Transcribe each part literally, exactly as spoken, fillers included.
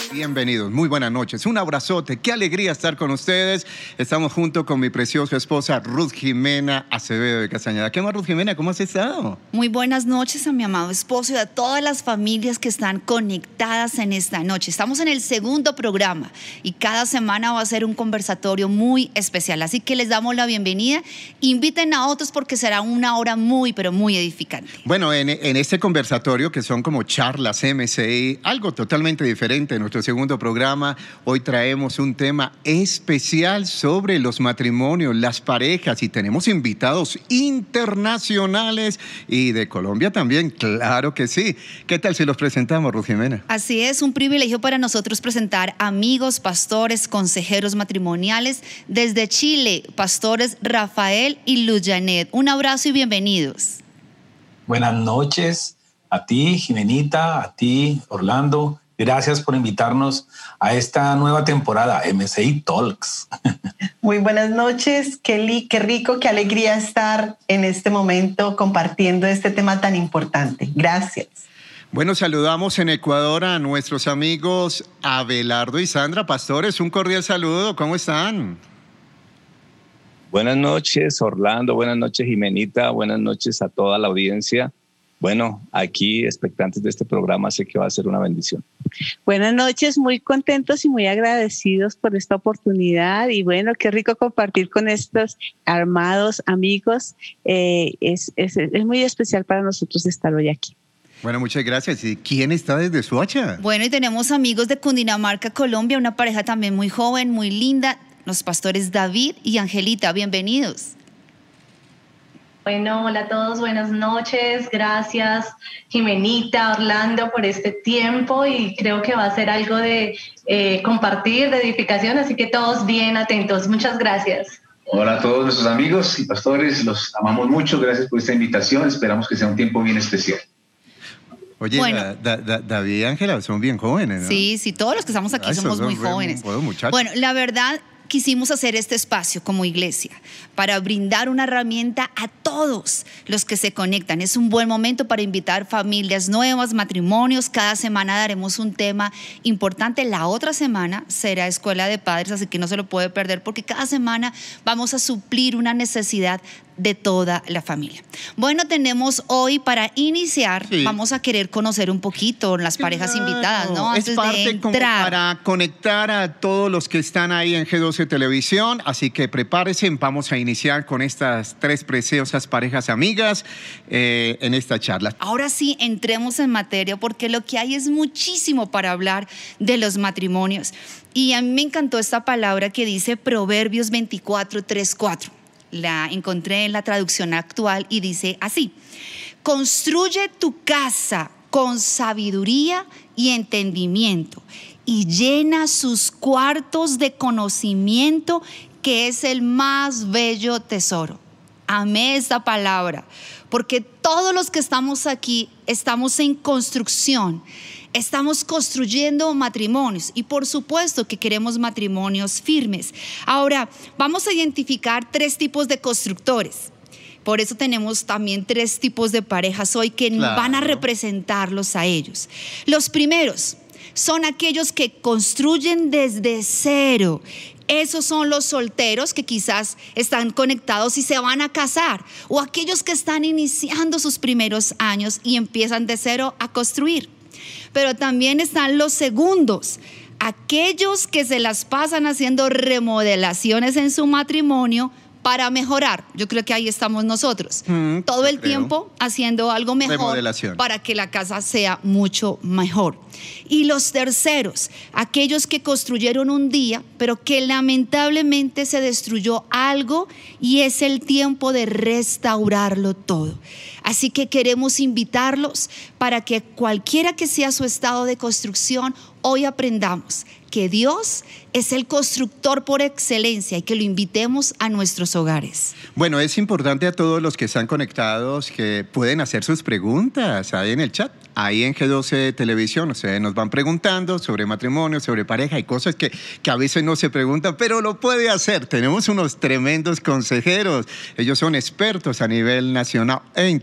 Bienvenidos, muy buenas noches, un abrazote, qué alegría estar con ustedes. Estamos junto con mi preciosa esposa Ruth Jimena Acevedo de Castañeda. ¿Qué más, Ruth Jimena? ¿Cómo has estado? Muy buenas noches a mi amado esposo y a todas las familias que están conectadas en esta noche. Estamos en el segundo programa y cada semana va a ser un conversatorio muy especial, así que les damos la bienvenida. Inviten a otros porque será una hora muy, pero muy edificante. Bueno, en, en este conversatorio, que son como charlas M C I, algo totalmente diferente en nuestro segundo programa, hoy traemos un tema especial sobre los matrimonios, las parejas, y tenemos invitados internacionales y de Colombia también, claro que sí. ¿Qué tal si los presentamos, Ruth Jimena? Así es, un privilegio para nosotros presentar amigos, pastores, consejeros matrimoniales desde Chile, pastores Rafael y Luz Janet. Un abrazo y bienvenidos. Buenas noches a ti, Jimenita, a ti, Orlando. Gracias por invitarnos a esta nueva temporada, M C I Talks. Muy buenas noches, Kelly. Qué rico, qué alegría estar en este momento compartiendo este tema tan importante. Gracias. Bueno, saludamos en Ecuador a nuestros amigos Abelardo y Sandra. Pastores, un cordial saludo. ¿Cómo están? Buenas noches, Orlando. Buenas noches, Jimenita. Buenas noches a toda la audiencia. Bueno, aquí expectantes de este programa, sé que va a ser una bendición. Buenas noches, muy contentos y muy agradecidos por esta oportunidad y bueno, qué rico compartir con estos armados amigos. Eh, es, es, es muy especial para nosotros estar hoy aquí. Bueno, muchas gracias. ¿Y quién está desde Soacha? Bueno, y tenemos amigos de Cundinamarca, Colombia, una pareja también muy joven, muy linda, los pastores David y Angelita. Bienvenidos. Bueno, hola a todos, buenas noches. Gracias, Jimenita, Orlando, por este tiempo y creo que va a ser algo de eh, compartir, de edificación, así que todos bien atentos. Muchas gracias. Hola a todos nuestros amigos y pastores, los amamos mucho. Gracias por esta invitación. Esperamos que sea un tiempo bien especial. Oye, Bueno. da, da, David y Ángela son bien jóvenes, ¿no? Sí, sí, todos los que estamos aquí Ay, somos son muy bien jóvenes. buenos muchachos. Bueno, la verdad, quisimos hacer este espacio como iglesia para brindar una herramienta a todos los que se conectan. Es un buen momento para invitar familias nuevas, matrimonios. Cada semana daremos un tema importante. La otra semana será Escuela de Padres, así que no se lo puede perder porque cada semana vamos a suplir una necesidad de toda la familia. Bueno, tenemos hoy para iniciar, sí. Vamos a querer conocer un poquito las parejas claro. invitadas, ¿no? Antes es parte de entrar. Como para conectar a todos los que están ahí en G doce Televisión, así que prepárense, vamos a iniciar con estas tres preciosas parejas amigas eh, en esta charla. Ahora sí, entremos en materia porque lo que hay es muchísimo para hablar de los matrimonios. Y a mí me encantó esta palabra que dice Proverbios veinticuatro, tres, cuatro. La encontré en la traducción actual y dice así: construye tu casa con sabiduría y entendimiento y llena sus cuartos de conocimiento, que es el más bello tesoro. Amé esta palabra, porque todos los que estamos aquí estamos en construcción. Estamos construyendo matrimonios y por supuesto que queremos matrimonios firmes. Ahora, vamos a identificar tres tipos de constructores. Por eso tenemos también tres tipos de parejas hoy que claro. van a representarlos a ellos. Los primeros son aquellos que construyen desde cero. Esos son los solteros que quizás están conectados y se van a casar, o aquellos que están iniciando sus primeros años y empiezan de cero a construir. Pero también están los segundos, aquellos que se las pasan haciendo remodelaciones en su matrimonio para mejorar. Yo creo que ahí estamos nosotros, mm, todo el creo. tiempo haciendo algo mejor para que la casa sea mucho mejor. Y los terceros, aquellos que construyeron un día, pero que lamentablemente se destruyó algo y es el tiempo de restaurarlo todo. Así que queremos invitarlos para que cualquiera que sea su estado de construcción, hoy aprendamos que Dios es el constructor por excelencia y que lo invitemos a nuestros hogares. Bueno, es importante a todos los que están conectados que pueden hacer sus preguntas ahí en el chat, ahí en G doce Televisión. Ustedes nos van preguntando sobre matrimonio, sobre pareja y cosas que, que a veces no se preguntan, pero lo puede hacer. Tenemos unos tremendos consejeros. Ellos son expertos a nivel nacional e internacional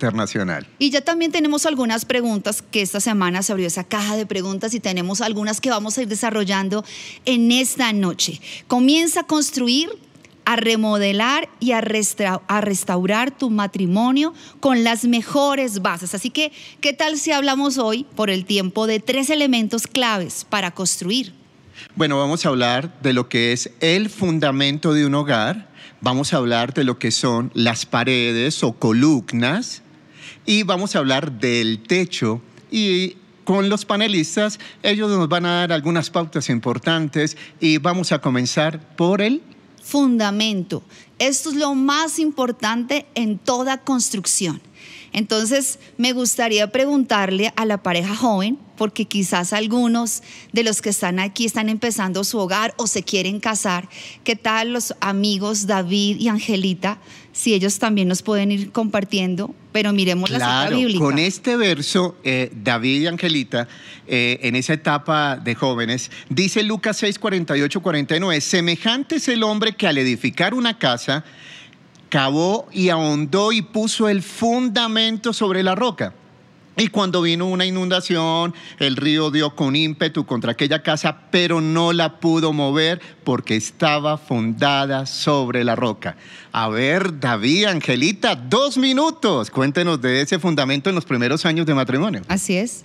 internacional. Y ya también tenemos algunas preguntas que esta semana se abrió esa caja de preguntas y tenemos algunas que vamos a ir desarrollando en esta noche. Comienza a construir, a remodelar y a, restra- a restaurar tu matrimonio con las mejores bases. Así que, ¿qué tal si hablamos hoy, por el tiempo, de tres elementos claves para construir? Bueno, vamos a hablar de lo que es el fundamento de un hogar, vamos a hablar de lo que son las paredes o columnas y vamos a hablar del techo. Y con los panelistas, ellos nos van a dar algunas pautas importantes y vamos a comenzar por el fundamento. Esto es lo más importante en toda construcción. Entonces, me gustaría preguntarle a la pareja joven, porque quizás algunos de los que están aquí están empezando su hogar o se quieren casar. ¿Qué tal los amigos David y Angelita? Si ellos también nos pueden ir compartiendo, pero miremos la Claro, cita bíblica. con este verso, eh, David y Angelita, eh, en esa etapa de jóvenes, dice Lucas seis, cuarenta y ocho, cuarenta y nueve, semejante es el hombre que al edificar una casa, cavó y ahondó y puso el fundamento sobre la roca. Y cuando vino una inundación, el río dio con ímpetu contra aquella casa, pero no la pudo mover porque estaba fundada sobre la roca. A ver, David, Angelita, dos minutos. Cuéntenos de ese fundamento en los primeros años de matrimonio. Así es.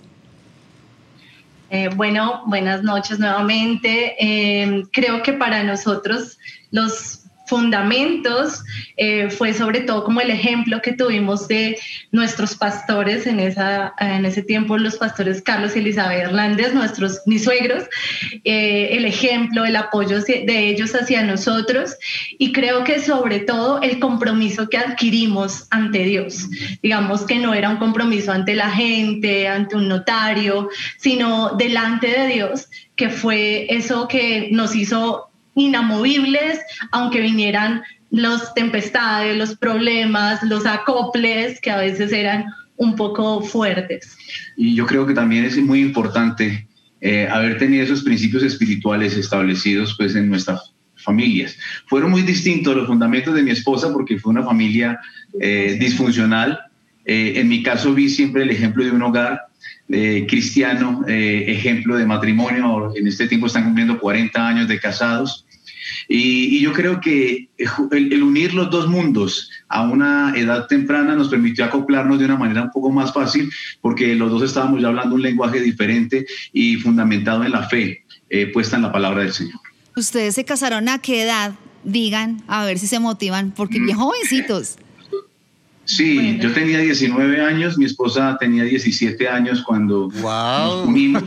Eh, bueno, buenas noches nuevamente. Eh, creo que para nosotros los fundamentos eh, fue sobre todo como el ejemplo que tuvimos de nuestros pastores en, esa, en ese tiempo, los pastores Carlos y Elizabeth Hernández, nuestros mis suegros, eh, el ejemplo, el apoyo de ellos hacia nosotros y creo que sobre todo el compromiso que adquirimos ante Dios. Digamos que no era un compromiso ante la gente, ante un notario, sino delante de Dios, que fue eso que nos hizo inamovibles, aunque vinieran las tempestades, los problemas, los acoples que a veces eran un poco fuertes. Y yo creo que también es muy importante eh, haber tenido esos principios espirituales establecidos pues, en nuestras familias. Fueron muy distintos los fundamentos de mi esposa porque fue una familia eh, disfuncional. Eh, en mi caso vi siempre el ejemplo de un hogar Eh, cristiano, eh, ejemplo de matrimonio. En este tiempo están cumpliendo cuarenta años de casados y, y yo creo que el, el unir los dos mundos a una edad temprana nos permitió acoplarnos de una manera un poco más fácil porque los dos estábamos ya hablando un lenguaje diferente y fundamentado en la fe eh, puesta en la palabra del Señor. ¿Ustedes se casaron a qué edad? Digan, a ver si se motivan, porque bien jovencitos. Sí, bueno. Yo tenía diecinueve años, mi esposa tenía diecisiete años cuando wow. nos unimos.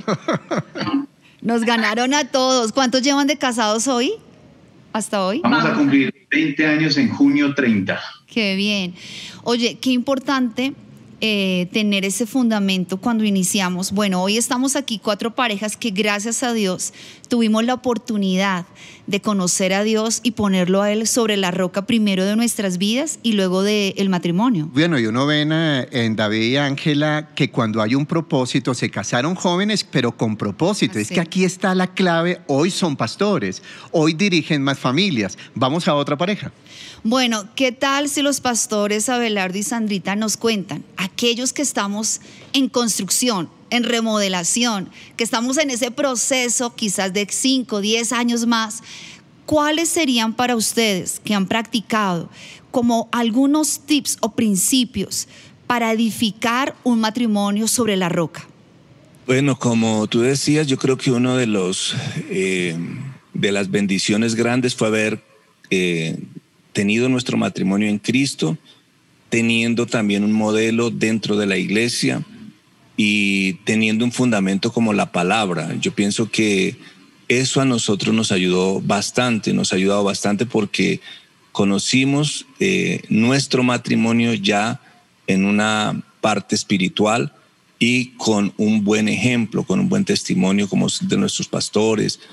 Nos ganaron a todos. ¿Cuántos llevan de casados hoy? ¿Hasta hoy? Vamos a cumplir veinte años en junio treinta. Qué bien. Oye, qué importante eh, tener ese fundamento cuando iniciamos. Bueno, hoy estamos aquí cuatro parejas que gracias a Dios tuvimos la oportunidad de conocer a Dios y ponerlo a Él sobre la roca primero de nuestras vidas y luego del matrimonio. Bueno, y uno ve en, en David y Ángela que cuando hay un propósito, se casaron jóvenes, pero con propósito. Así. Es que aquí está la clave, hoy son pastores, hoy dirigen más familias. Vamos a otra pareja. Bueno, ¿qué tal si los pastores Abelardo y Sandrita nos cuentan, aquellos que estamos en construcción, en remodelación, que estamos en ese proceso quizás de cinco, diez años más, ¿cuáles serían para ustedes que han practicado como algunos tips o principios para edificar un matrimonio sobre la roca? Bueno, como tú decías, yo creo que uno de los eh, de las bendiciones grandes fue haber eh, tenido nuestro matrimonio en Cristo, teniendo también un modelo dentro de la iglesia y teniendo un fundamento como la palabra. Yo pienso que eso a nosotros nos ayudó bastante, nos ha ayudado bastante porque conocimos eh, nuestro matrimonio ya en una parte espiritual y con un buen ejemplo, con un buen testimonio como de nuestros pastores,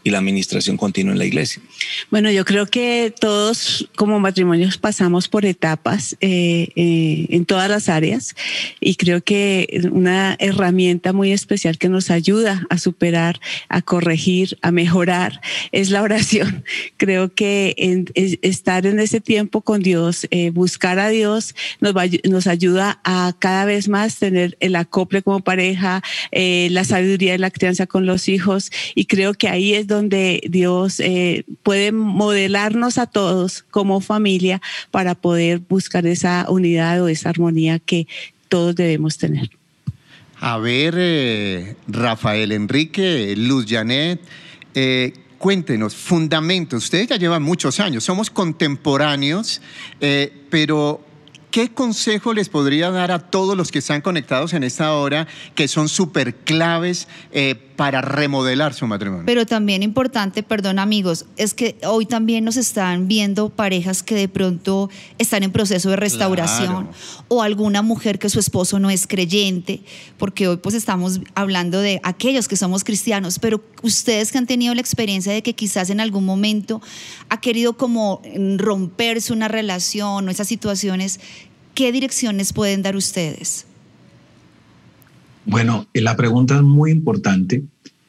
y la administración continua en la iglesia? Bueno, yo creo que todos como matrimonios pasamos por etapas eh, eh, en todas las áreas, y creo que una herramienta muy especial que nos ayuda a superar, a corregir, a mejorar es la oración. Creo que en, es, estar en ese tiempo con Dios, eh, buscar a Dios, nos, va, nos ayuda a cada vez más tener el acople como pareja, eh, la sabiduría de la crianza con los hijos, y creo que ahí es donde Dios eh, puede modelarnos a todos como familia para poder buscar esa unidad o esa armonía que todos debemos tener. A ver, eh, Rafael Enrique, Luz Janet, eh, cuéntenos, fundamentos. Ustedes ya llevan muchos años, somos contemporáneos, eh, pero ¿qué consejo les podría dar a todos los que están conectados en esta hora, que son súper claves eh, para remodelar su matrimonio? Pero también importante, perdón amigos, es que hoy también nos están viendo parejas que de pronto están en proceso de restauración, claro, o alguna mujer que su esposo no es creyente, porque hoy pues estamos hablando de aquellos que somos cristianos, pero ustedes que han tenido la experiencia de que quizás en algún momento ha querido como romperse una relación o esas situaciones, ¿qué direcciones pueden dar ustedes? Bueno, la pregunta es muy importante,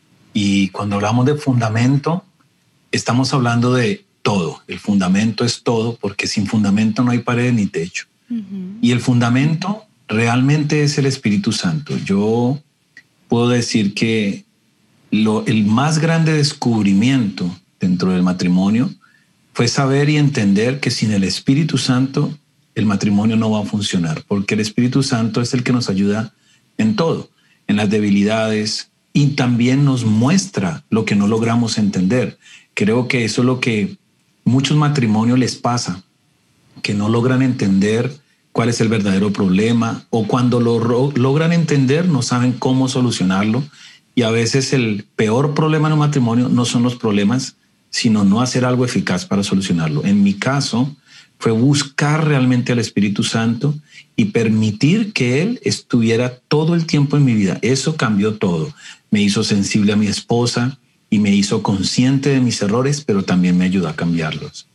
y cuando hablamos de fundamento, estamos hablando de todo. El fundamento es todo, porque sin fundamento no hay pared ni techo. Uh-huh. Y el fundamento realmente es el Espíritu Santo. Yo puedo decir que lo, el más grande descubrimiento dentro del matrimonio fue saber y entender que sin el Espíritu Santo el matrimonio no va a funcionar, porque el Espíritu Santo es el que nos ayuda en todo, en las debilidades, y también nos muestra lo que no logramos entender. Creo que eso es lo que muchos matrimonios les pasa, que no logran entender cuál es el verdadero problema, o cuando lo logran entender no saben cómo solucionarlo, y a veces el peor problema en un matrimonio no son los problemas, sino no hacer algo eficaz para solucionarlo. En mi caso, fue buscar realmente al Espíritu Santo y permitir que Él estuviera todo el tiempo en mi vida. Eso cambió todo. Me hizo sensible a mi esposa y me hizo consciente de mis errores, pero también me ayudó a cambiarlos.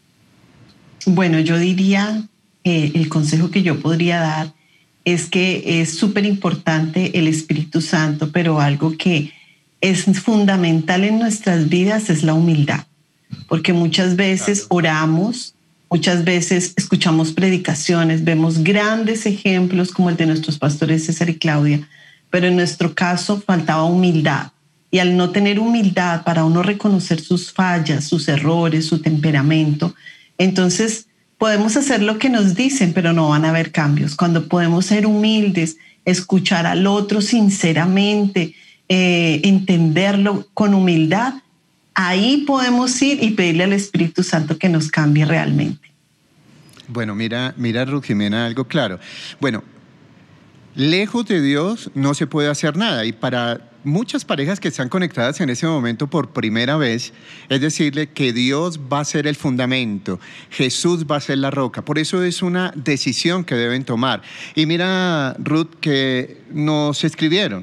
Bueno, yo diría, eh, el consejo que yo podría dar es que es súper importante el Espíritu Santo, pero algo que es fundamental en nuestras vidas es la humildad, porque muchas veces oramos, muchas veces escuchamos predicaciones, vemos grandes ejemplos como el de nuestros pastores César y Claudia, pero en nuestro caso faltaba humildad. Y al no tener humildad para uno reconocer sus fallas, sus errores, su temperamento, entonces podemos hacer lo que nos dicen, pero no van a haber cambios. Cuando podemos ser humildes, escuchar al otro sinceramente, eh, entenderlo con humildad, ahí podemos ir y pedirle al Espíritu Santo que nos cambie realmente. Bueno, mira, mira, Ruth Jimena, algo claro. Bueno, lejos de Dios no se puede hacer nada, y para muchas parejas que están conectadas en ese momento por primera vez, es decirle que Dios va a ser el fundamento, Jesús va a ser la roca. Por eso es una decisión que deben tomar. Y mira, Ruth, que nos escribieron.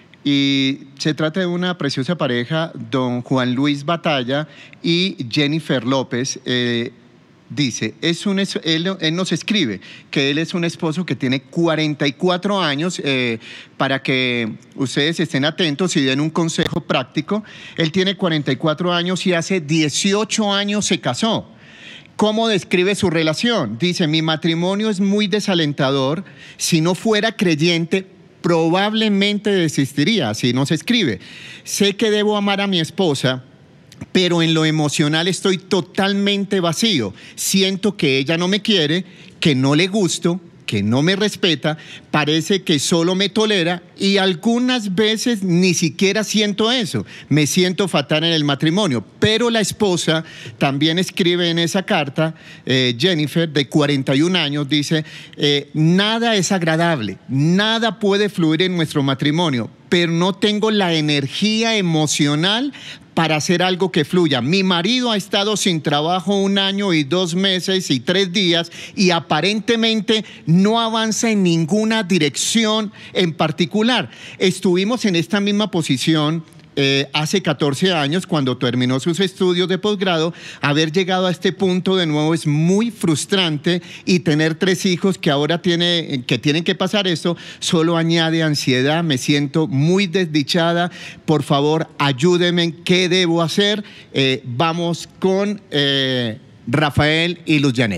Y se trata de una preciosa pareja, don Juan Luis Batalla y Jennifer López. Eh, dice, es un, él, él nos escribe que él es un esposo que tiene cuarenta y cuatro años, eh, para que ustedes estén atentos y den un consejo práctico. Él tiene cuarenta y cuatro años y hace dieciocho años se casó. ¿Cómo describe su relación? Dice, mi matrimonio es muy desalentador. Si no fuera creyente, probablemente desistiría. Así nos escribe. Sé que debo amar a mi esposa, pero en lo emocional estoy totalmente vacío. Siento que ella no me quiere, que no le gusto, que no me respeta, parece que solo me tolera, y algunas veces ni siquiera siento eso. Me siento fatal en el matrimonio. Pero la esposa también escribe en esa carta, eh, Jennifer, de cuarenta y un años, dice, eh, nada es agradable, nada puede fluir en nuestro matrimonio, pero no tengo la energía emocional para hacer algo que fluya. Mi marido ha estado sin trabajo un año y dos meses y tres días y aparentemente no avanza en ninguna dirección en particular. Estuvimos en esta misma posición eh, hace catorce años, cuando terminó sus estudios de posgrado, haber llegado a este punto de nuevo es muy frustrante, y tener tres hijos que ahora tiene, que tienen que pasar esto solo añade ansiedad. Me siento muy desdichada. Por favor, ayúdenme. ¿Qué debo hacer? Eh, vamos con eh, Rafael y Luz Janet.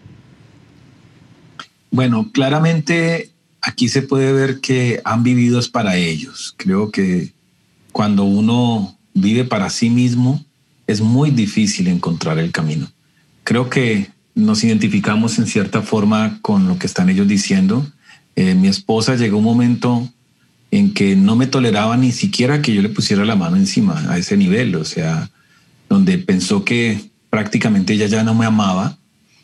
Bueno, claramente aquí se puede ver que han vivido es para ellos. Creo que cuando uno vive para sí mismo es muy difícil encontrar el camino. Creo que nos identificamos en cierta forma con lo que están ellos diciendo. Eh, mi esposa llegó un momento en que no me toleraba ni siquiera que yo le pusiera la mano encima a ese nivel, o sea, donde pensó que prácticamente ella ya no me amaba.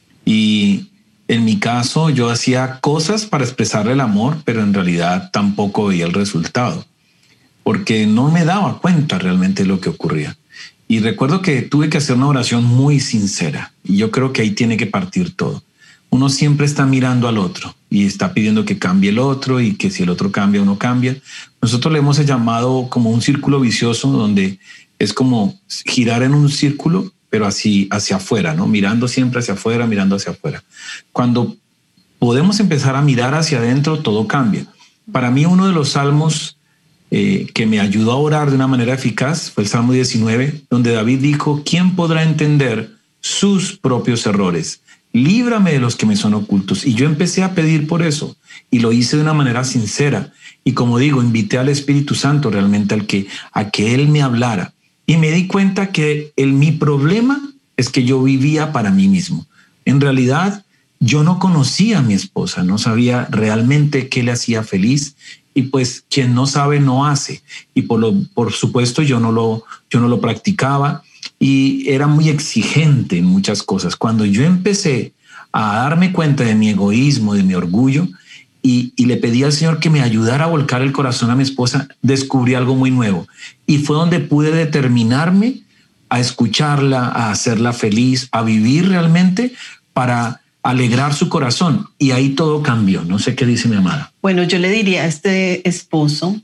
Y en mi caso yo hacía cosas para expresarle el amor, pero en realidad tampoco veía el resultado, porque no me daba cuenta realmente de lo que ocurría. Y recuerdo que tuve que hacer una oración muy sincera, y yo creo que ahí tiene que partir todo. Uno siempre está mirando al otro y está pidiendo que cambie el otro, y que si el otro cambia, uno cambia. Nosotros le hemos llamado como un círculo vicioso, donde es como girar en un círculo, pero así hacia afuera, ¿no? Mirando siempre hacia afuera, mirando hacia afuera. Cuando podemos empezar a mirar hacia adentro, todo cambia. Para mí, uno de los salmos eh, que me ayudó a orar de una manera eficaz fue el Salmo diecinueve, donde David dijo: ¿quién podrá entender sus propios errores? Líbrame de los que me son ocultos. Y yo empecé a pedir por eso, y lo hice de una manera sincera. Y como digo, invité al Espíritu Santo realmente al que, a que Él me hablara. Y me di cuenta que el, mi problema es que yo vivía para mí mismo. En realidad, yo no conocía a mi esposa, no sabía realmente qué le hacía feliz. Y pues quien no sabe no hace. Y por, lo, por supuesto yo no, lo, yo no lo practicaba, y era muy exigente en muchas cosas. Cuando yo empecé a darme cuenta de mi egoísmo, de mi orgullo, y, y le pedí al Señor que me ayudara a volcar el corazón a mi esposa, descubrí algo muy nuevo. Y fue donde pude determinarme a escucharla, a hacerla feliz, a vivir realmente para alegrar su corazón. Y ahí todo cambió. No sé qué dice mi amada. Bueno, yo le diría a este esposo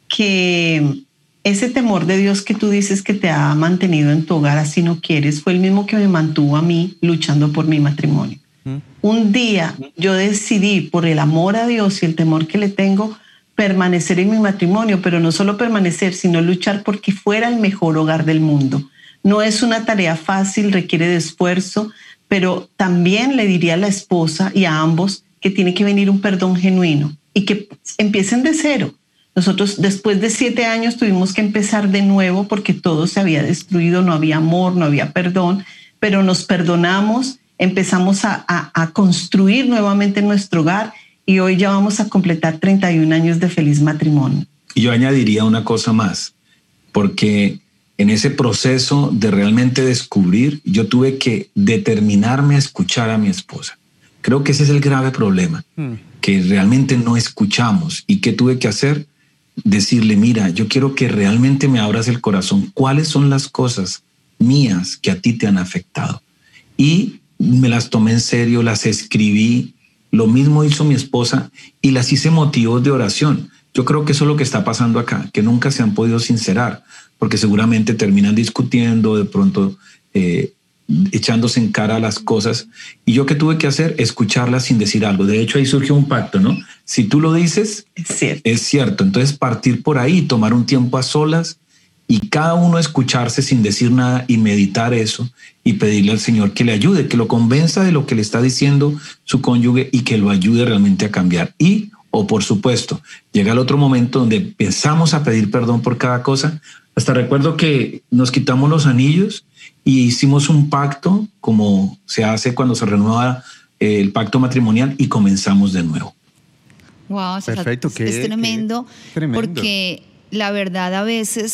que ese temor de Dios que tú dices que te ha mantenido en tu hogar así no quieres, fue el mismo que me mantuvo a mí luchando por mi matrimonio. ¿Mm? Un día yo decidí, por el amor a Dios y el temor que le tengo, permanecer en mi matrimonio, pero no solo permanecer, sino luchar porque fuera el mejor hogar del mundo. No es una tarea fácil, requiere de esfuerzo, pero también le diría a la esposa y a ambos que tiene que venir un perdón genuino y que empiecen de cero. Nosotros después de siete años tuvimos que empezar de nuevo porque todo se había destruido, no había amor, no había perdón, pero nos perdonamos, empezamos a, a, a construir nuevamente nuestro hogar, y hoy ya vamos a completar treinta y un años de feliz matrimonio. Y yo añadiría una cosa más, porque en ese proceso de realmente descubrir, yo tuve que determinarme a escuchar a mi esposa. Creo que ese es el grave problema, mm. que realmente no escuchamos. ¿Y qué tuve que hacer? Decirle: mira, yo quiero que realmente me abras el corazón. ¿Cuáles son las cosas mías que a ti te han afectado? Y me las tomé en serio, las escribí. Lo mismo hizo mi esposa, y las hice motivos de oración. Yo creo que eso es lo que está pasando acá, que nunca se han podido sincerar, porque seguramente terminan discutiendo, de pronto eh, echándose en cara las cosas. Y yo, ¿qué tuve que hacer? Escucharlas sin decir algo. De hecho, ahí surgió un pacto, ¿no? Si tú lo dices, es cierto. Es cierto. Entonces, partir por ahí, tomar un tiempo a solas y cada uno escucharse sin decir nada y meditar eso y pedirle al Señor que le ayude, que lo convenza de lo que le está diciendo su cónyuge y que lo ayude realmente a cambiar. Y, o por supuesto, llega el otro momento donde empezamos a pedir perdón por cada cosa. Hasta recuerdo que nos quitamos los anillos y hicimos un pacto, como se hace cuando se renueva el pacto matrimonial, y comenzamos de nuevo. Wow, perfecto. Es, es tremendo, tremendo, porque la verdad a veces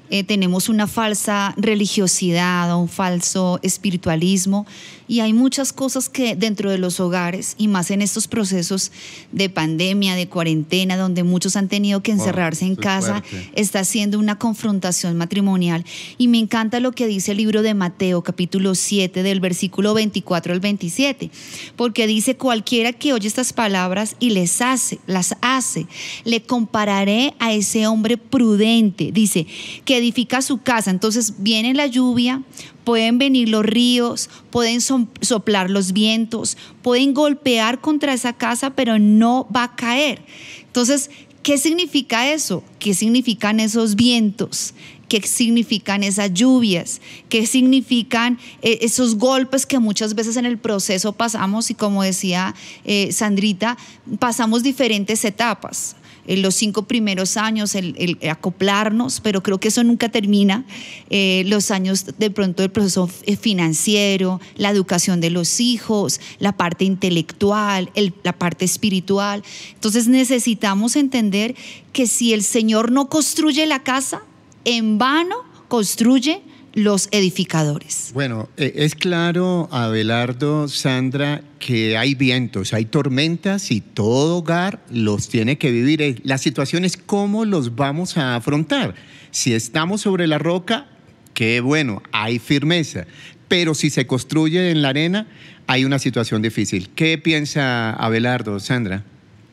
eh, tenemos una falsa religiosidad o un falso espiritualismo, y hay muchas cosas que dentro de los hogares, y más en estos procesos de pandemia, de cuarentena, donde muchos han tenido que encerrarse wow, en casa, fuerte. está haciendo una confrontación matrimonial. Y me encanta lo que dice el libro de Mateo, capítulo siete, del versículo veinticuatro al veintisiete, porque dice: cualquiera que oye estas palabras y les hace, las hace, le compararé a ese hombre prudente, dice, que edifica su casa. Entonces viene la lluvia, pueden venir los ríos, pueden so- soplar los vientos, pueden golpear contra esa casa, pero no va a caer. Entonces, ¿qué significa eso? ¿Qué significan esos vientos? ¿Qué significan esas lluvias? ¿Qué significan eh, esos golpes que muchas veces en el proceso pasamos? Y como decía eh, Sandrita, pasamos diferentes etapas. En los cinco primeros años el, el acoplarnos, pero creo que eso nunca termina. Eh, los años de pronto del proceso financiero, la educación de los hijos, la parte intelectual, el, la parte espiritual. Entonces necesitamos entender que si el Señor no construye la casa, en vano construye los edificadores. Bueno, eh, es claro, Abelardo, Sandra, que hay vientos, hay tormentas y todo hogar los tiene que vivir. Eh, La situación es cómo los vamos a afrontar. Si estamos sobre la roca, qué bueno, hay firmeza. Pero si se construye en la arena, hay una situación difícil. ¿Qué piensa Abelardo, Sandra?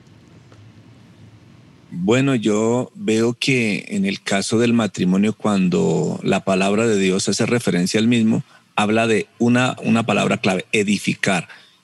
Bueno, yo veo que en el caso del matrimonio, cuando la palabra de Dios hace referencia al mismo, habla de una, una palabra clave: edificar.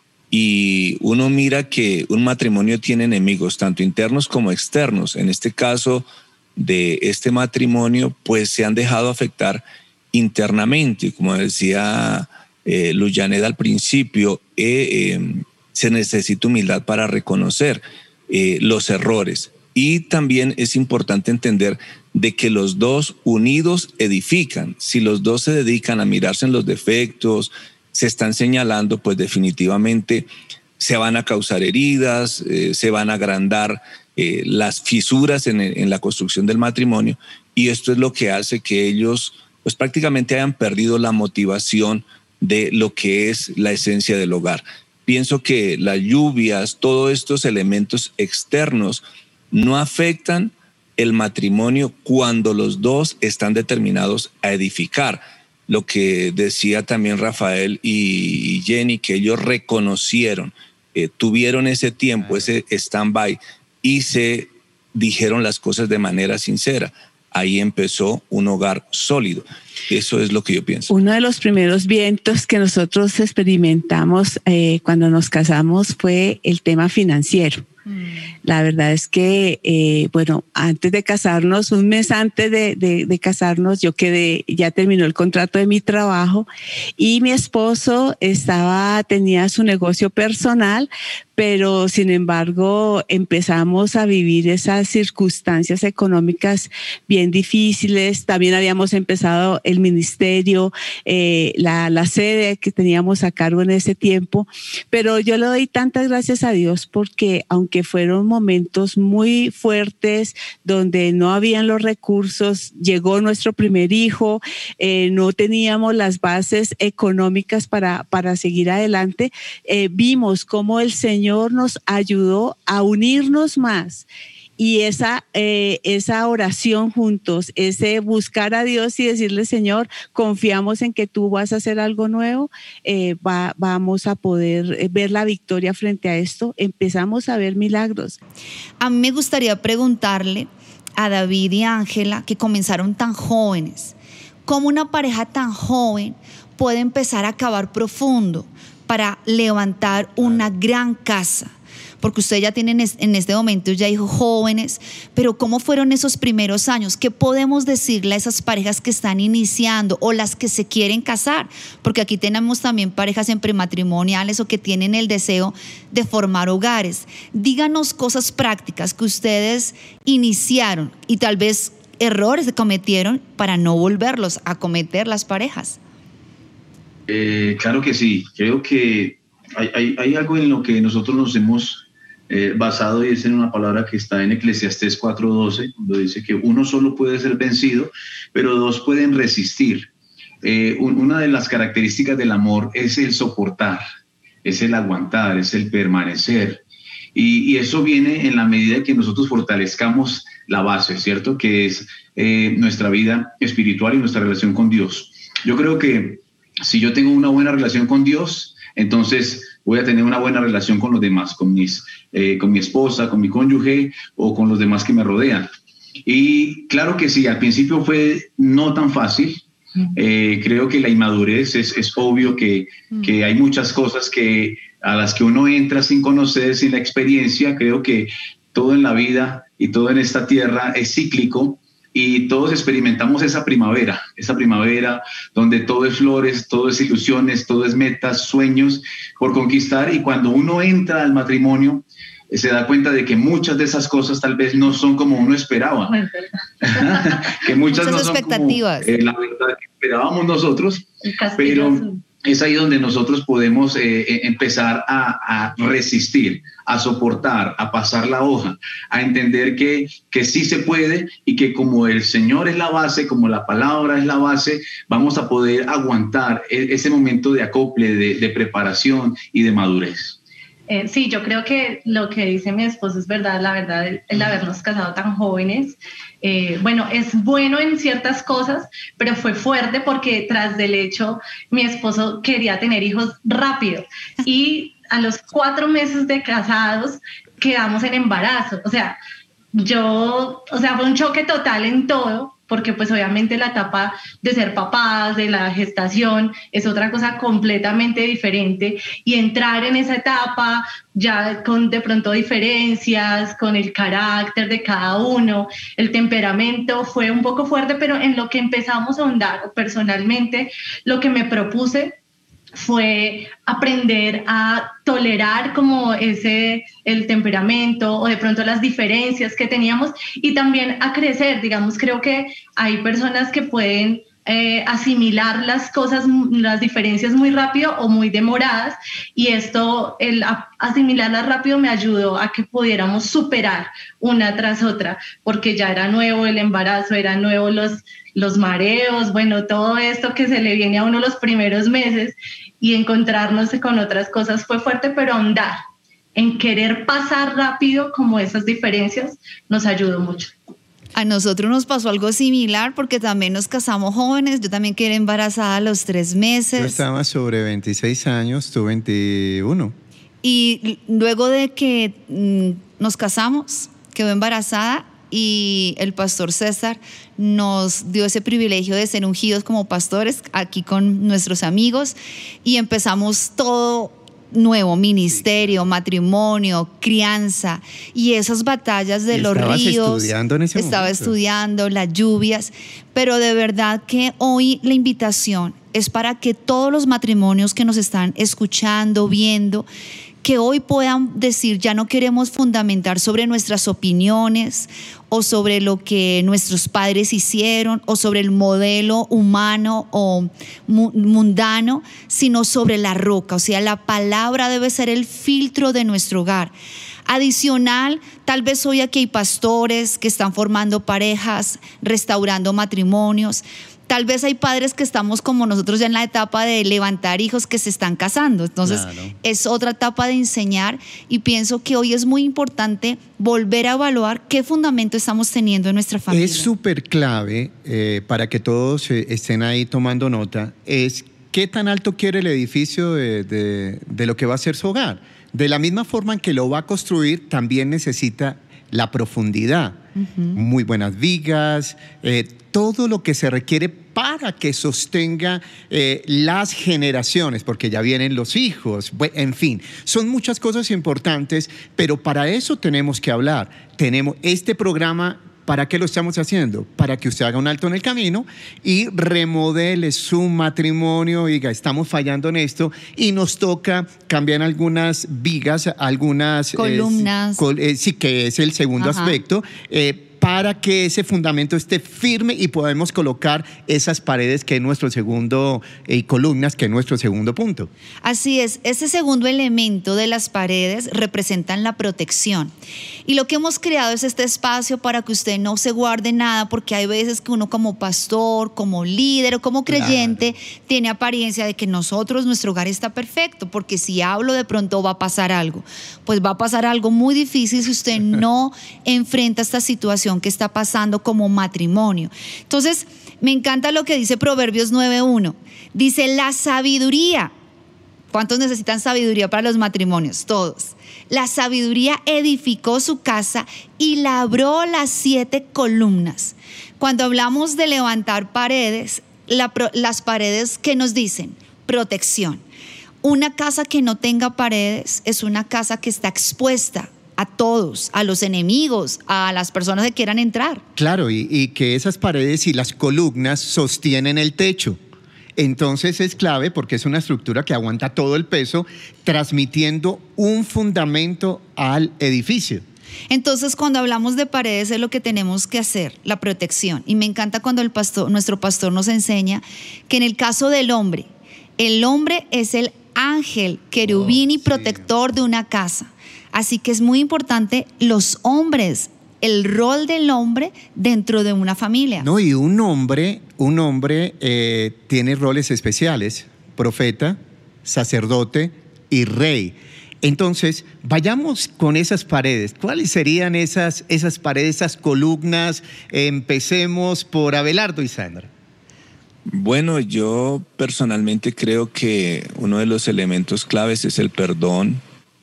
Y uno mira que un matrimonio tiene enemigos, tanto internos como externos. En este caso de este matrimonio, pues se han dejado afectar internamente. Como decía eh, Luyanet al principio, eh, eh, se necesita humildad para reconocer eh, los errores. Y también es importante entender de que los dos unidos edifican. Si los dos se dedican a mirarse en los defectos, se están señalando, pues definitivamente se van a causar heridas, eh, se van a agrandar eh, las fisuras en, en la construcción del matrimonio, y esto es lo que hace que ellos pues prácticamente hayan perdido la motivación de lo que es la esencia del hogar. Pienso que las lluvias, todos estos elementos externos no afectan el matrimonio cuando los dos están determinados a edificar. Lo que decía también Rafael y Jenny, que ellos reconocieron, eh, tuvieron ese tiempo, ese stand-by, y se dijeron las cosas de manera sincera. Ahí empezó un hogar sólido. Eso es lo que yo pienso. Uno de los primeros vientos que nosotros experimentamos eh, cuando nos casamos fue el tema financiero. La verdad es que, eh, bueno, antes de casarnos, un mes antes de, de, de casarnos, yo quedé, ya terminó el contrato de mi trabajo, y mi esposo estaba, tenía su negocio personal, pero sin embargo empezamos a vivir esas circunstancias económicas bien difíciles. También habíamos empezado el ministerio, eh, la, la sede que teníamos a cargo en ese tiempo, pero yo le doy tantas gracias a Dios porque aunque fueron momentos muy fuertes donde no habían los recursos, llegó nuestro primer hijo, eh, no teníamos las bases económicas para, para seguir adelante, eh, vimos cómo el Señor nos ayudó a unirnos más. Y esa, eh, esa oración juntos, ese buscar a Dios y decirle: Señor, confiamos en que tú vas a hacer algo nuevo, eh, va, vamos a poder ver la victoria frente a esto. Empezamos a ver milagros. A mí me gustaría preguntarle a David y Ángela, que comenzaron tan jóvenes, ¿cómo una pareja tan joven puede empezar a cavar profundo para levantar una gran casa? Porque ustedes ya tienen en este momento ya hijos jóvenes, pero ¿cómo fueron esos primeros años? ¿Qué podemos decirle a esas parejas que están iniciando o las que se quieren casar? Porque aquí tenemos también parejas en prematrimoniales o que tienen el deseo de formar hogares. Díganos cosas prácticas que ustedes iniciaron y tal vez errores que cometieron para no volverlos a cometer las parejas. Eh, claro que sí, creo que hay, hay, hay algo en lo que nosotros nos hemos eh, basado y es en una palabra que está en Eclesiastés cuatro doce, cuando dice que uno solo puede ser vencido, pero dos pueden resistir. Eh, un, una de las características del amor es el soportar, es el aguantar, es el permanecer. Y, y eso viene en la medida que nosotros fortalezcamos la base, ¿cierto? Que es eh, nuestra vida espiritual y nuestra relación con Dios. Yo creo que si yo tengo una buena relación con Dios, entonces voy a tener una buena relación con los demás, con, mis, eh, con mi esposa, con mi cónyuge o con los demás que me rodean. Y claro que sí, al principio fue no tan fácil. Eh, creo que la inmadurez es, es obvio que, que hay muchas cosas que, a las que uno entra sin conocer, sin la experiencia. Creo que todo en la vida y todo en esta tierra es cíclico y todos experimentamos esa primavera, esa primavera donde todo es flores, todo es ilusiones, todo es metas, sueños por conquistar, y cuando uno entra al matrimonio se da cuenta de que muchas de esas cosas tal vez no son como uno esperaba. Que muchas, muchas no son expectativas. Como, eh, la verdad que esperábamos nosotros, pero es ahí donde nosotros podemos eh, empezar a, a resistir, a soportar, a pasar la hoja, a entender que, que sí se puede y que como el Señor es la base, como la palabra es la base, vamos a poder aguantar ese momento de acople, de, de preparación y de madurez. Eh, sí, yo creo que lo que dice mi esposo es verdad, la verdad, el, el habernos casado tan jóvenes. Eh, bueno, es bueno en ciertas cosas, pero fue fuerte porque tras del hecho, mi esposo quería tener hijos rápido y a los cuatro meses de casados quedamos en embarazo. O sea, yo, o sea, fue un choque total en todo, porque pues obviamente la etapa de ser papás, de la gestación, es otra cosa completamente diferente, y entrar en esa etapa ya con de pronto diferencias, con el carácter de cada uno, el temperamento fue un poco fuerte, pero en lo que empezamos a ahondar personalmente, lo que me propuse fue aprender a tolerar como ese, el temperamento o de pronto las diferencias que teníamos, y también a crecer. Digamos, creo que hay personas que pueden eh, asimilar las cosas, las diferencias muy rápido o muy demoradas, y esto, el asimilarlas rápido me ayudó a que pudiéramos superar una tras otra, porque ya era nuevo el embarazo, era nuevo los, los mareos, bueno, todo esto que se le viene a uno los primeros meses, y encontrarnos con otras cosas fue fuerte, pero ahondar en querer pasar rápido como esas diferencias nos ayudó mucho. A nosotros nos pasó algo similar porque también nos casamos jóvenes. Yo también quedé embarazada a los tres meses. Yo estaba sobre veintiséis años, tú veintiuno. Y luego de que mm, nos casamos, quedó embarazada, y el pastor César nos dio ese privilegio de ser ungidos como pastores aquí con nuestros amigos, y empezamos todo nuevo, ministerio, matrimonio, crianza, y esas batallas de los ríos. Estudiando en ese estaba momento. estudiando, las lluvias, pero de verdad que hoy la invitación es para que todos los matrimonios que nos están escuchando, viendo, que hoy puedan decir: ya no queremos fundamentar sobre nuestras opiniones o sobre lo que nuestros padres hicieron o sobre el modelo humano o mundano, sino sobre la roca. O sea, la palabra debe ser el filtro de nuestro hogar. Adicional, tal vez hoy aquí hay pastores que están formando parejas, restaurando matrimonios. Tal vez hay padres que estamos como nosotros ya en la etapa de levantar hijos que se están casando. Entonces, claro, es otra etapa de enseñar, y pienso que hoy es muy importante volver a evaluar qué fundamento estamos teniendo en nuestra familia. Es súper clave eh, para que todos eh, estén ahí tomando nota, es qué tan alto quiere el edificio de, de, de lo que va a ser su hogar. De la misma forma en que lo va a construir, también necesita la profundidad. Uh-huh. Muy buenas vigas, eh, todo lo que se requiere para que sostenga eh, las generaciones, porque ya vienen los hijos, en fin, son muchas cosas importantes, pero para eso tenemos que hablar. Tenemos este programa. ¿Para qué lo estamos haciendo? Para que usted haga un alto en el camino y remodele su matrimonio. Diga, estamos fallando en esto y nos toca cambiar algunas vigas, algunas columnas. Eh, col, eh, sí, que es el segundo Ajá. aspecto. Eh, para que ese fundamento esté firme y podamos colocar esas paredes que es nuestro segundo, y columnas que es nuestro segundo punto. Así es, ese segundo elemento de las paredes representan la protección. Y lo que hemos creado es este espacio para que usted no se guarde nada, porque hay veces que uno como pastor, como líder o como creyente, claro, tiene apariencia de que nosotros, nuestro hogar está perfecto, porque si hablo de pronto va a pasar algo. Pues va a pasar algo muy difícil si usted no enfrenta esta situación que está pasando como matrimonio. Entonces, me encanta lo que dice Proverbios nueve uno. Dice, la sabiduría. ¿Cuántos necesitan sabiduría para los matrimonios? Todos. La sabiduría edificó su casa y labró las siete columnas. Cuando hablamos de levantar paredes, la, las paredes, ¿qué nos dicen? Protección. Una casa que no tenga paredes es una casa que está expuesta a todos, a los enemigos, a las personas que quieran entrar. Claro, y, y que esas paredes y las columnas sostienen el techo. Entonces es clave porque es una estructura que aguanta todo el peso, transmitiendo un fundamento al edificio. Entonces, cuando hablamos de paredes es lo que tenemos que hacer, la protección. Y me encanta cuando el pastor, nuestro pastor nos enseña que en el caso del hombre, el hombre es el ángel, querubín y protector de una casa. Así que es muy importante los hombres, el rol del hombre dentro de una familia. No, y un hombre, un hombre eh, tiene roles especiales, profeta, sacerdote y rey. Entonces, vayamos con esas paredes. ¿Cuáles serían esas, esas paredes, esas columnas? Empecemos por Abelardo y Sandra. Bueno, yo personalmente creo que uno de los elementos claves es el perdón.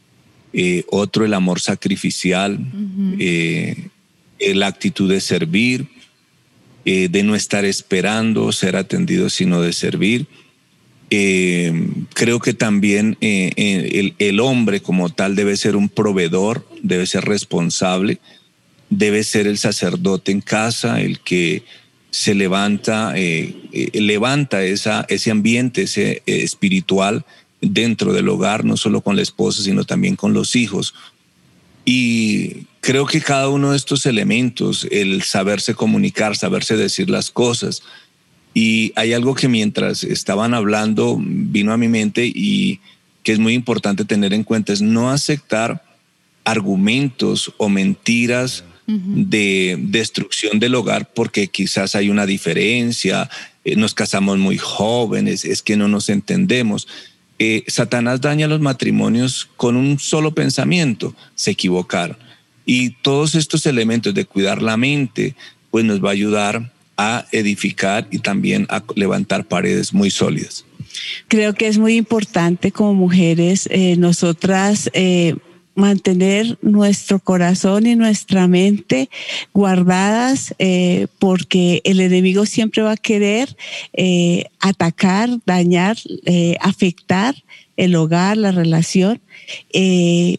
Eh, otro, el amor sacrificial, uh-huh. eh, la actitud de servir, eh, de no estar esperando ser atendido, sino de servir. Eh, creo que también eh, el, el hombre como tal debe ser un proveedor, debe ser responsable, debe ser el sacerdote en casa, el que se levanta, eh, eh, levanta esa, ese ambiente ese, eh, espiritual dentro del hogar, no solo con la esposa, sino también con los hijos. Y creo que cada uno de estos elementos, el saberse comunicar, saberse decir las cosas, y hay algo que mientras estaban hablando vino a mi mente y que es muy importante tener en cuenta, es no aceptar argumentos o mentiras uh-huh. de destrucción del hogar porque quizás hay una diferencia, eh, nos casamos muy jóvenes, es que no nos entendemos. Eh, Satanás daña los matrimonios con un solo pensamiento, se equivocaron. Y todos estos elementos de cuidar la mente, pues nos va a ayudar a edificar y también a levantar paredes muy sólidas. Creo que es muy importante como mujeres, eh, nosotras eh, mantener nuestro corazón y nuestra mente guardadas, eh, porque el enemigo siempre va a querer eh, atacar, dañar, eh, afectar el hogar, la relación, eh,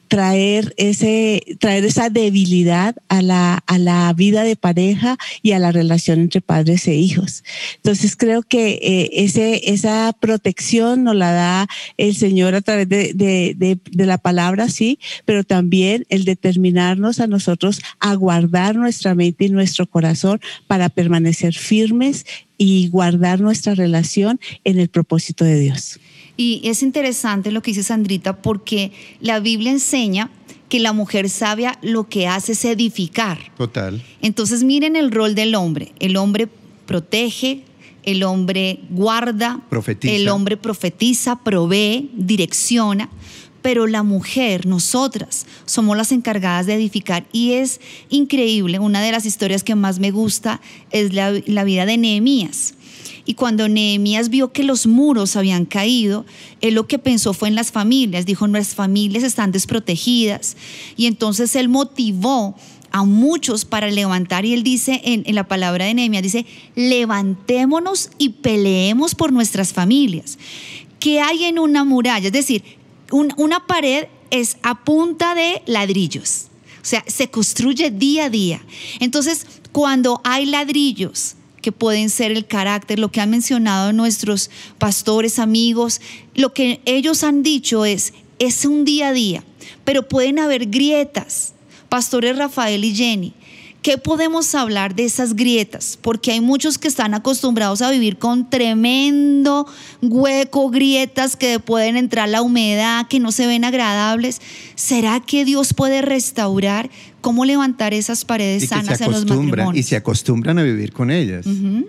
traer ese, traer esa debilidad a la, a la vida de pareja y a la relación entre padres e hijos. Entonces creo que eh, ese, esa protección nos la da el Señor a través de, de, de, de la palabra, sí, pero también el determinarnos a nosotros a guardar nuestra mente y nuestro corazón para permanecer firmes y guardar nuestra relación en el propósito de Dios. Y es interesante lo que dice Sandrita, porque la Biblia enseña que la mujer sabia lo que hace es edificar. Total. Entonces miren el rol del hombre. El hombre protege, el hombre guarda, profetiza. El hombre profetiza, provee, direcciona. Pero la mujer, nosotras, somos las encargadas de edificar. Y es increíble, una de las historias que más me gusta es la, la vida de Nehemías. Y cuando Nehemías vio que los muros habían caído, él lo que pensó fue en las familias. Dijo, nuestras familias están desprotegidas. Y entonces él motivó a muchos para levantar. Y él dice en, en la palabra de Nehemías, dice, levantémonos y peleemos por nuestras familias. ¿Qué hay en una muralla? Es decir, un, una pared es a punta de ladrillos. O sea, se construye día a día. Entonces, cuando hay ladrillos que pueden ser el carácter, lo que han mencionado nuestros pastores, amigos, lo que ellos han dicho es, es un día a día, pero pueden haber grietas. Pastores Rafael y Jenny, ¿Qué podemos hablar de esas grietas? Porque hay muchos que están acostumbrados a vivir con tremendo hueco, grietas que pueden entrar la humedad, que no se ven agradables. ¿Será que Dios puede restaurar? ¿Cómo levantar esas paredes sanas en los matrimonios? Y se acostumbran a vivir con ellas. Uh-huh.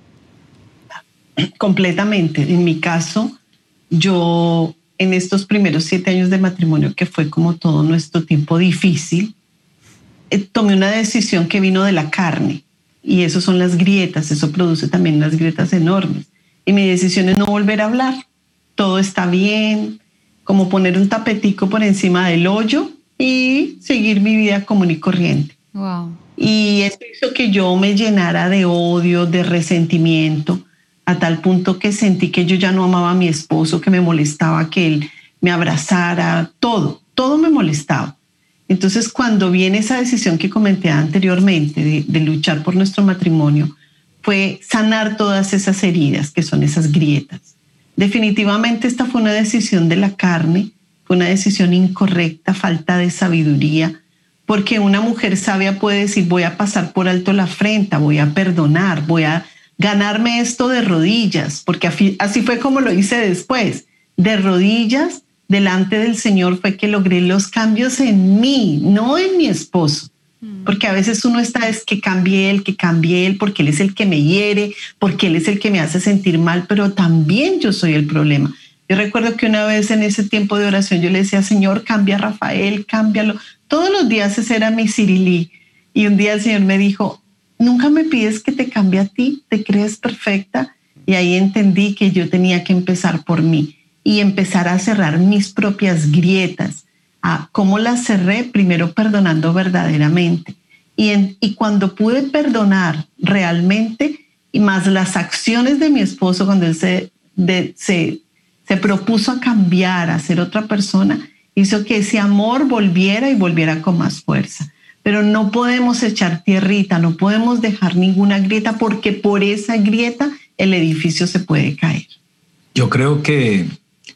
Completamente. En mi caso, yo en estos primeros siete años de matrimonio, que fue como todo nuestro tiempo difícil, tomé una decisión que vino de la carne, y eso son las grietas, eso produce también unas grietas enormes. Y mi decisión es no volver a hablar. Todo está bien, como poner un tapetico por encima del hoyo y seguir mi vida común y corriente. Wow. Y eso hizo que yo me llenara de odio, de resentimiento, a tal punto que sentí que yo ya no amaba a mi esposo, que me molestaba que él me abrazara, todo, todo me molestaba. Entonces, cuando viene esa decisión que comenté anteriormente de, de luchar por nuestro matrimonio, fue sanar todas esas heridas, que son esas grietas. Definitivamente esta fue una decisión de la carne, fue una decisión incorrecta, falta de sabiduría, porque una mujer sabia puede decir, voy a pasar por alto la afrenta, voy a perdonar, voy a ganarme esto de rodillas, porque así fue como lo hice después, de rodillas, delante del Señor fue que logré los cambios en mí, no en mi esposo. Porque a veces uno está, es que cambie él, que cambie él, porque él es el que me hiere, porque él es el que me hace sentir mal, pero también yo soy el problema. Yo recuerdo que una vez en ese tiempo de oración yo le decía, Señor, cambia a Rafael, cámbialo. Todos los días ese era mi cirilí. Y un día el Señor me dijo, nunca me pides que te cambie a ti, te crees perfecta. Y ahí entendí que yo tenía que empezar por mí y empezar a cerrar mis propias grietas. ¿A cómo las cerré? Primero perdonando verdaderamente. Y, en, y cuando pude perdonar realmente, y más las acciones de mi esposo, cuando él se, de, se, se propuso a cambiar, a ser otra persona, hizo que ese amor volviera y volviera con más fuerza. Pero no podemos echar tierrita, no podemos dejar ninguna grieta, porque por esa grieta el edificio se puede caer. Yo creo que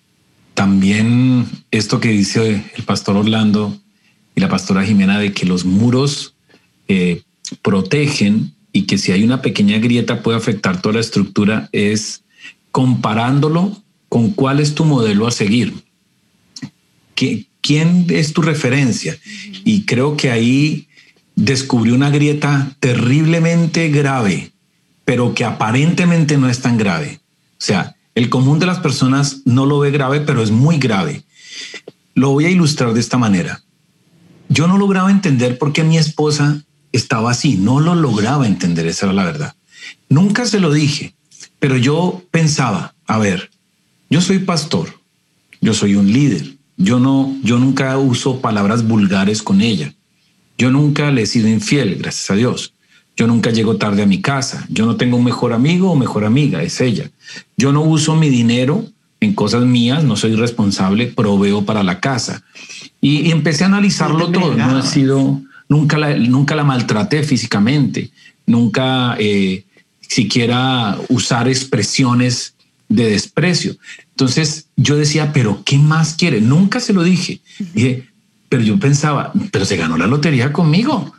también esto que dice el pastor Orlando y la pastora Jimena, de que los muros eh, protegen y que si hay una pequeña grieta puede afectar toda la estructura, es comparándolo con cuál es tu modelo a seguir. ¿Quién es tu referencia? Y creo que ahí descubrí una grieta terriblemente grave, pero que aparentemente no es tan grave. O sea, el común de las personas no lo ve grave, pero es muy grave. Lo voy a ilustrar de esta manera. Yo no lograba entender por qué mi esposa estaba así. No lo lograba entender, esa era la verdad. Nunca se lo dije, pero yo pensaba, a ver, yo soy pastor, yo soy un líder. Yo no, yo nunca uso palabras vulgares con ella. Yo nunca le he sido infiel, gracias a Dios. Yo nunca llego tarde a mi casa. Yo no tengo un mejor amigo o mejor amiga, es ella. Yo no uso mi dinero en cosas mías, no soy responsable, proveo para la casa. Y, y empecé a analizarlo todo. No he sido, nunca la, nunca la maltraté físicamente, nunca eh, siquiera usar expresiones de desprecio. Entonces yo decía, pero ¿qué más quiere? Nunca se lo dije. Dije, pero yo pensaba, pero se ganó la lotería conmigo.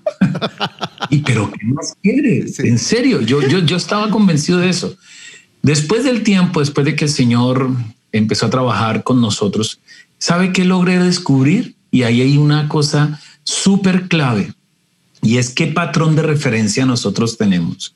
Y pero ¿qué más quiere? Sí. En serio, yo, yo, yo estaba convencido de eso. Después del tiempo, después de que el Señor empezó a trabajar con nosotros, ¿sabe qué logré descubrir? Y ahí hay una cosa súper clave, y es qué patrón de referencia nosotros tenemos.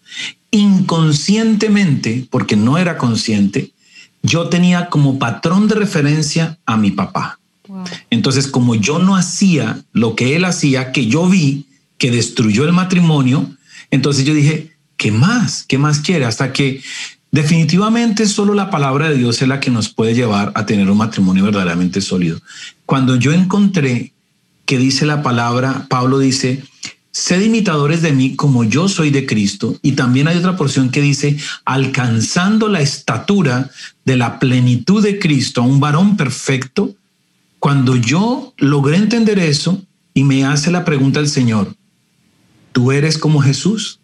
Inconscientemente, porque no era consciente, yo tenía como patrón de referencia a mi papá. Wow. Entonces, como yo no hacía lo que él hacía, que yo vi que destruyó el matrimonio, entonces yo dije, ¿qué más? ¿Qué más quiere? Hasta que definitivamente solo la palabra de Dios es la que nos puede llevar a tener un matrimonio verdaderamente sólido. Cuando yo encontré que dice la palabra, Pablo dice, sed imitadores de mí como yo soy de Cristo. Y también hay otra porción que dice, alcanzando la estatura de la plenitud de Cristo, a un varón perfecto. Cuando yo logré entender eso y me hace la pregunta el Señor, ¿tú eres como Jesús?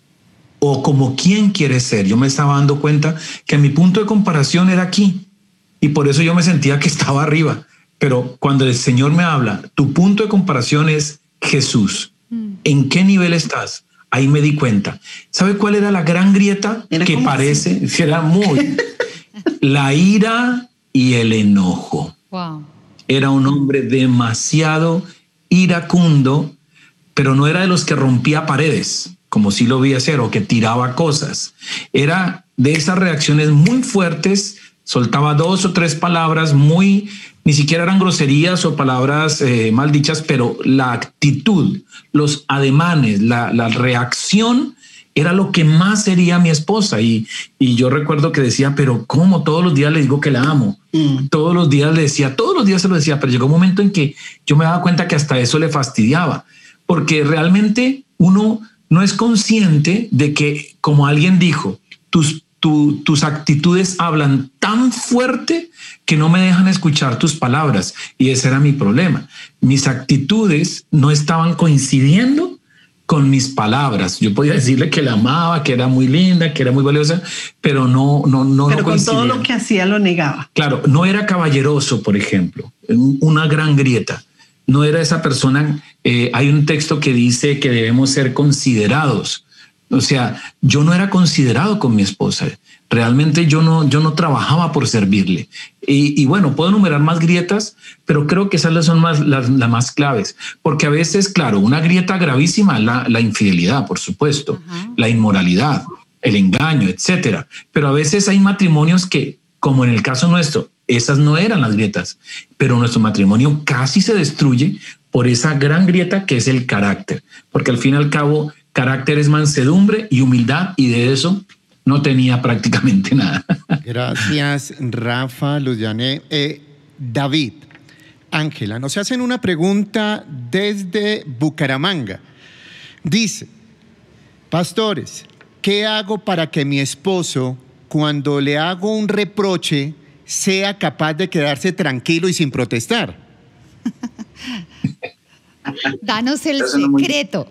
¿O como quién quieres ser? Yo me estaba dando cuenta que mi punto de comparación era aquí. Y por eso yo me sentía que estaba arriba. Pero cuando el Señor me habla, tu punto de comparación es Jesús. Mm. ¿En qué nivel estás? Ahí me di cuenta. ¿Sabe cuál era la gran grieta? Era que parece, si era muy... la ira y el enojo. Wow. Era un hombre demasiado iracundo, pero no era de los que rompía paredes, como sí lo vi hacer, o que tiraba cosas. Era de esas reacciones muy fuertes, soltaba dos o tres palabras muy, ni siquiera eran groserías o palabras eh, mal dichas, pero la actitud, los ademanes, la, la reacción era lo que más sería mi esposa. Y, y yo recuerdo que decía, pero ¿cómo? Todos los días le digo que la amo. Mm. Todos los días le decía, todos los días se lo decía, pero llegó un momento en que yo me daba cuenta que hasta eso le fastidiaba, porque realmente uno no es consciente de que, como alguien dijo, tus, tu, tus actitudes hablan tan fuerte que no me dejan escuchar tus palabras. Y ese era mi problema. Mis actitudes no estaban coincidiendo con mis palabras. Yo podía decirle que la amaba, que era muy linda, que era muy valiosa, pero no, no, no. Pero no con todo lo que hacía lo negaba. Claro, no era caballeroso, por ejemplo, una gran grieta. No era esa persona. Eh, hay un texto que dice que debemos ser considerados. O sea, yo no era considerado con mi esposa. Realmente yo no, yo no trabajaba por servirle. Y, y bueno, puedo enumerar más grietas, pero creo que esas son más, las, las más claves. Porque a veces, claro, una grieta gravísima es la, la infidelidad, por supuesto, uh-huh. la inmoralidad, el engaño, etcétera. Pero a veces hay matrimonios que, como en el caso nuestro, esas no eran las grietas, pero nuestro matrimonio casi se destruye por esa gran grieta que es el carácter. Porque al fin y al cabo, carácter es mansedumbre y humildad, y de eso no tenía prácticamente nada. Gracias, Rafa, Luciane. Eh, David, Ángela, nos hacen una pregunta desde Bucaramanga. Dice, pastores, ¿qué hago para que mi esposo, cuando le hago un reproche, sea capaz de quedarse tranquilo y sin protestar? Danos el secreto.